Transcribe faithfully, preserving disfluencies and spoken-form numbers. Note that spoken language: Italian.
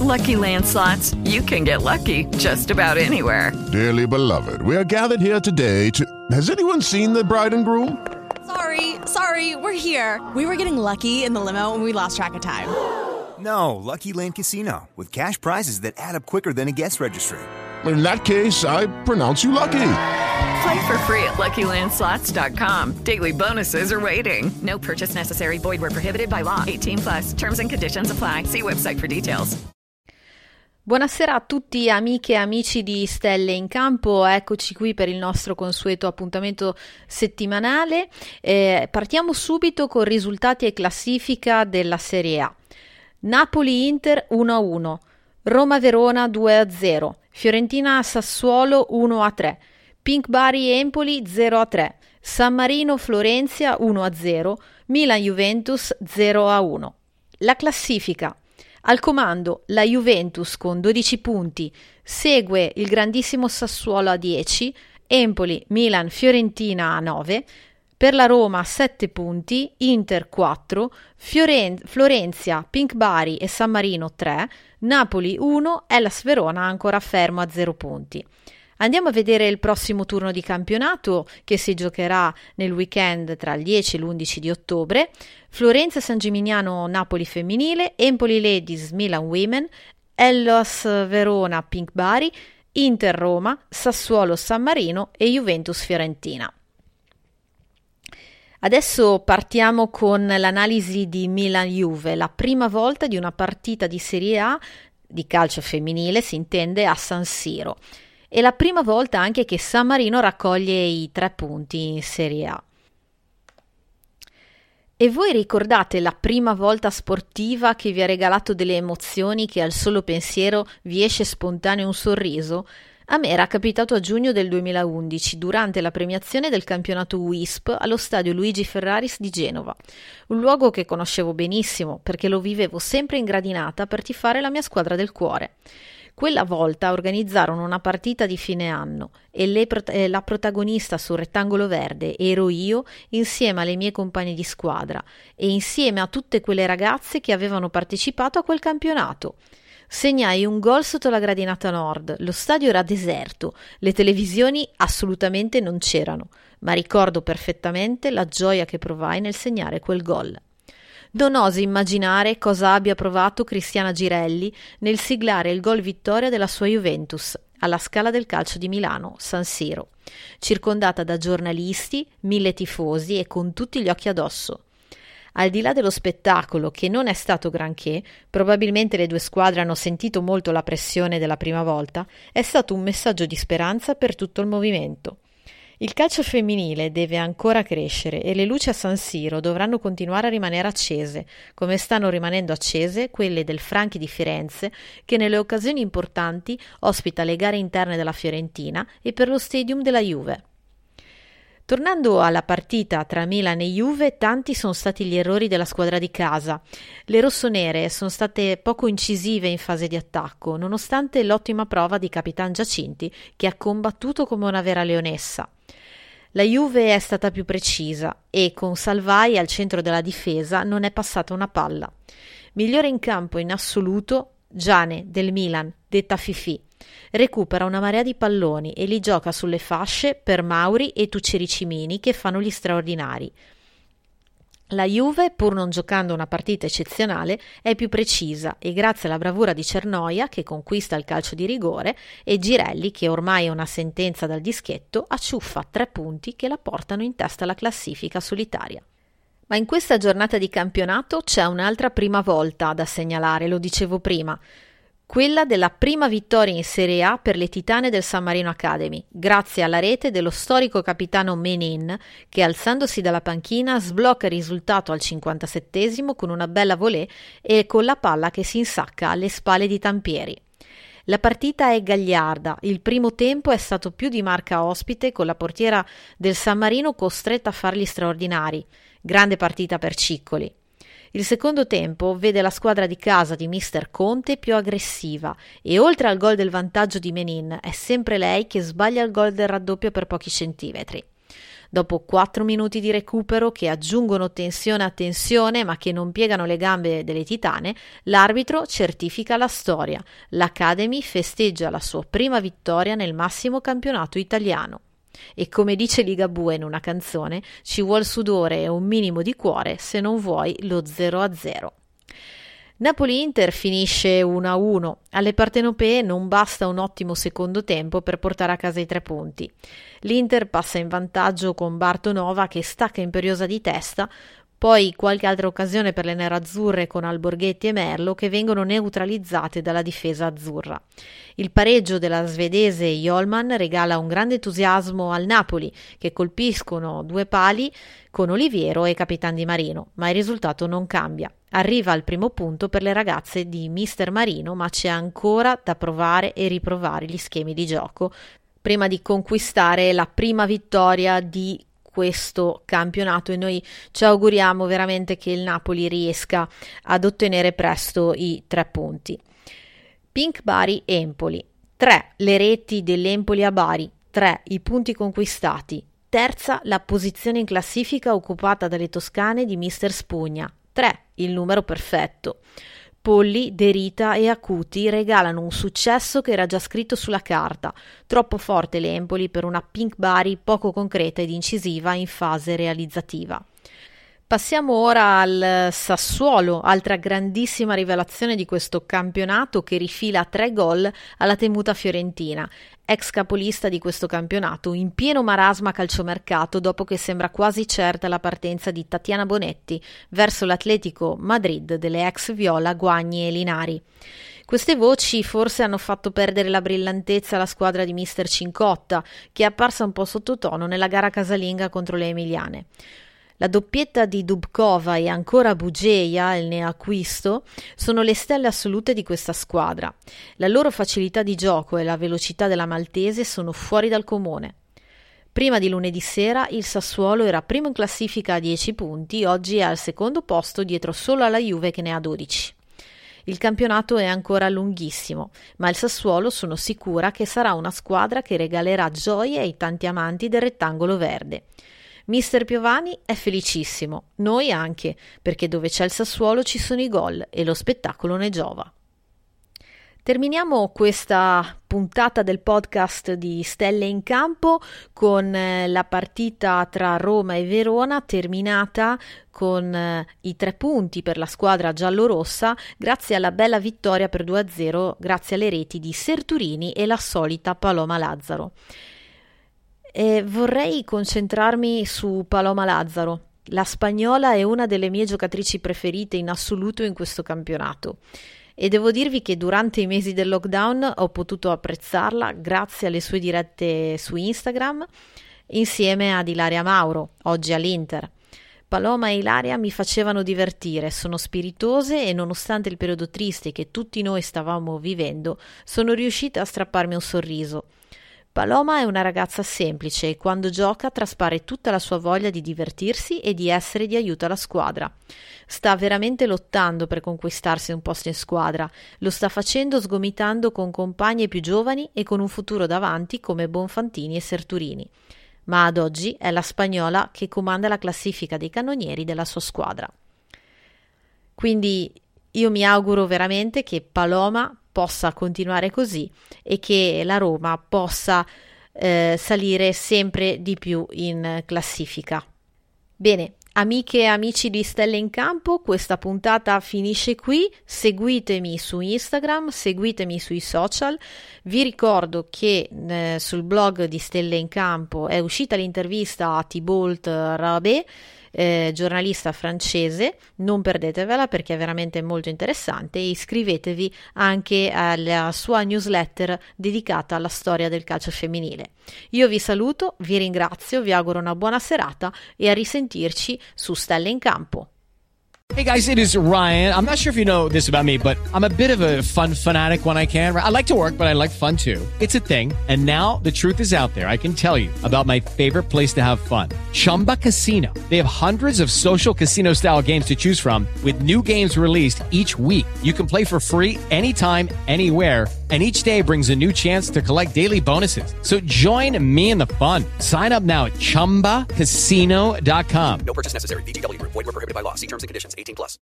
Lucky Land Slots, you can get lucky just about anywhere. Dearly beloved, we are gathered here today to... Has anyone seen the bride and groom? Sorry, sorry, we're here. We were getting lucky in the limo and we lost track of time. No, Lucky Land Casino, with cash prizes that add up quicker than a guest registry. In that case, I pronounce you lucky. Play for free at lucky land slots dot com. Daily bonuses are waiting. No purchase necessary. Void where prohibited by law. eighteen plus. Terms and conditions apply. See website for details. Buonasera a tutti amiche e amici di Stelle in Campo, eccoci qui per il nostro consueto appuntamento settimanale. Eh, partiamo subito con risultati e classifica della Serie A. Napoli-Inter uno a uno, Roma-Verona due a zero, Fiorentina-Sassuolo uno a tre, Pink Bari-Empoli zero a tre, San Marino-Florenzia uno a zero, Milan-Juventus zero a uno. La classifica. Al comando la Juventus con dodici punti, segue il grandissimo Sassuolo a dieci, Empoli, Milan, Fiorentina a nove, per la Roma sette punti, Inter quattro, Fioren- Florenzia, Pink Bari e San Marino tre, Napoli uno, Hellas Verona ancora fermo a zero punti. Andiamo a vedere il prossimo turno di campionato che si giocherà nel weekend tra il dieci e l'undici di ottobre. Florenza San Gimignano Napoli femminile, Empoli Ladies Milan Women, Hellas Verona Pink Bari, Inter Roma, Sassuolo San Marino e Juventus Fiorentina. Adesso partiamo con l'analisi di Milan-Juve, la prima volta di una partita di Serie A di calcio femminile, si intende, a San Siro. È la prima volta anche che San Marino raccoglie i tre punti in Serie A. E voi ricordate la prima volta sportiva che vi ha regalato delle emozioni che al solo pensiero vi esce spontaneo un sorriso? A me era capitato a giugno del duemilaundici, durante la premiazione del campionato W I S P allo stadio Luigi Ferraris di Genova, un luogo che conoscevo benissimo perché lo vivevo sempre in gradinata per tifare la mia squadra del cuore. Quella volta organizzarono una partita di fine anno e le, eh, la protagonista sul rettangolo verde ero io insieme alle mie compagne di squadra e insieme a tutte quelle ragazze che avevano partecipato a quel campionato. Segnai un gol sotto la gradinata nord, lo stadio era deserto, le televisioni assolutamente non c'erano, ma ricordo perfettamente la gioia che provai nel segnare quel gol. Non osi immaginare cosa abbia provato Cristiana Girelli nel siglare il gol vittoria della sua Juventus alla Scala del Calcio di Milano, San Siro, circondata da giornalisti, mille tifosi e con tutti gli occhi addosso. Al di là dello spettacolo, che non è stato granché, probabilmente le due squadre hanno sentito molto la pressione della prima volta, è stato un messaggio di speranza per tutto il movimento. Il calcio femminile deve ancora crescere e le luci a San Siro dovranno continuare a rimanere accese, come stanno rimanendo accese quelle del Franchi di Firenze, che nelle occasioni importanti ospita le gare interne della Fiorentina e per lo stadium della Juve. Tornando alla partita tra Milan e Juve, tanti sono stati gli errori della squadra di casa. Le rossonere sono state poco incisive in fase di attacco, nonostante l'ottima prova di Capitan Giacinti, che ha combattuto come una vera leonessa. La Juve è stata più precisa e con Salvai al centro della difesa non è passata una palla. Migliore in campo in assoluto Giane del Milan, detta Fifi. Recupera una marea di palloni e li gioca sulle fasce per Mauri e Tucci Cimini che fanno gli straordinari. La Juve, pur non giocando una partita eccezionale, è più precisa e grazie alla bravura di Cernoia, che conquista il calcio di rigore, e Girelli, che ormai è una sentenza dal dischetto, acciuffa tre punti che la portano in testa alla classifica solitaria. Ma in questa giornata di campionato c'è un'altra prima volta da segnalare, lo dicevo prima. Quella della prima vittoria in Serie A per le titane del San Marino Academy, grazie alla rete dello storico capitano Menin, che alzandosi dalla panchina sblocca il risultato al cinquantasettesimo con una bella volée e con la palla che si insacca alle spalle di Tampieri. La partita è gagliarda, il primo tempo è stato più di marca ospite con la portiera del San Marino costretta a far gli straordinari. Grande partita per Ciccoli. Il secondo tempo vede la squadra di casa di mister Conte più aggressiva e oltre al gol del vantaggio di Menin è sempre lei che sbaglia il gol del raddoppio per pochi centimetri. Dopo quattro minuti di recupero che aggiungono tensione a tensione ma che non piegano le gambe delle titane, l'arbitro certifica la storia. L'Academy festeggia la sua prima vittoria nel massimo campionato italiano. E come dice Ligabue in una canzone, ci vuol sudore e un minimo di cuore se non vuoi lo zero a zero. Napoli-Inter finisce uno a uno. Alle partenopee non basta un ottimo secondo tempo per portare a casa i tre punti. L'Inter passa in vantaggio con Bartonova che stacca imperiosa di testa, poi qualche altra occasione per le nerazzurre con Alborghetti e Merlo che vengono neutralizzate dalla difesa azzurra. Il pareggio della svedese Jolman regala un grande entusiasmo al Napoli, che colpiscono due pali con Oliviero e Capitan Di Marino, ma il risultato non cambia. Arriva il primo punto per le ragazze di Mister Marino, ma c'è ancora da provare e riprovare gli schemi di gioco prima di conquistare la prima vittoria di questo campionato, e noi ci auguriamo veramente che il Napoli riesca ad ottenere presto i tre punti. Pink Bari Empoli, tre le reti dell'Empoli a Bari, tre i punti conquistati, terza la posizione in classifica occupata dalle toscane di Mister Spugna, tre il numero perfetto. Polli, De Rita e Acuti regalano un successo che era già scritto sulla carta, troppo forte l'Empoli per una Pink Bari poco concreta ed incisiva in fase realizzativa. Passiamo ora al Sassuolo, altra grandissima rivelazione di questo campionato che rifila tre gol alla temuta Fiorentina, ex capolista di questo campionato, in pieno marasma calciomercato dopo che sembra quasi certa la partenza di Tatiana Bonetti verso l'Atletico Madrid delle ex viola Guagni e Linari. Queste voci forse hanno fatto perdere la brillantezza alla squadra di Mister Cincotta, che è apparsa un po' sottotono nella gara casalinga contro le emiliane. La doppietta di Dubkova e ancora Bugeia, il neoacquisto, sono le stelle assolute di questa squadra. La loro facilità di gioco e la velocità della maltese sono fuori dal comune. Prima di lunedì sera il Sassuolo era primo in classifica a dieci punti, oggi è al secondo posto dietro solo alla Juve che ne ha dodici. Il campionato è ancora lunghissimo, ma il Sassuolo sono sicura che sarà una squadra che regalerà gioie ai tanti amanti del rettangolo verde. Mister Piovani è felicissimo, noi anche, perché dove c'è il Sassuolo ci sono i gol e lo spettacolo ne giova. Terminiamo questa puntata del podcast di Stelle in Campo con la partita tra Roma e Verona, terminata con i tre punti per la squadra giallorossa grazie alla bella vittoria per due a zero grazie alle reti di Serturini e la solita Paloma Lazzaro. E vorrei concentrarmi su Paloma Lazzaro. La spagnola è una delle mie giocatrici preferite in assoluto in questo campionato e devo dirvi che durante i mesi del lockdown ho potuto apprezzarla grazie alle sue dirette su Instagram insieme ad Ilaria Mauro, oggi all'Inter. Paloma e Ilaria mi facevano divertire, sono spiritose e nonostante il periodo triste che tutti noi stavamo vivendo, sono riuscita a strapparmi un sorriso. Paloma è una ragazza semplice e quando gioca traspare tutta la sua voglia di divertirsi e di essere di aiuto alla squadra. Sta veramente lottando per conquistarsi un posto in squadra, lo sta facendo sgomitando con compagne più giovani e con un futuro davanti come Bonfantini e Serturini. Ma ad oggi è la spagnola che comanda la classifica dei cannonieri della sua squadra. Quindi io mi auguro veramente che Paloma possa continuare così e che la Roma possa eh, salire sempre di più in classifica. Bene, amiche e amici di Stelle in Campo, questa puntata finisce qui. Seguitemi su Instagram, seguitemi sui social. Vi ricordo che eh, sul blog di Stelle in Campo è uscita l'intervista a Thibault Rabé, Eh, giornalista francese, non perdetevela perché è veramente molto interessante, e iscrivetevi anche alla sua newsletter dedicata alla storia del calcio femminile. Io vi saluto, vi ringrazio, vi auguro una buona serata e a risentirci su Stelle in Campo. Hey guys, it is Ryan. I'm not sure if you know this about me, but I'm a bit of a fun fanatic when I can. I like to work, but I like fun too. It's a thing. And now the truth is out there. I can tell you about my favorite place to have fun. Chumba Casino. They have hundreds of social casino style games to choose from with new games released each week. You can play for free anytime, anywhere. And each day brings a new chance to collect daily bonuses. So join me in the fun. Sign up now at chumba casino dot com. No purchase necessary. V G W Group. Void where prohibited by law. See terms and conditions. eighteen plus.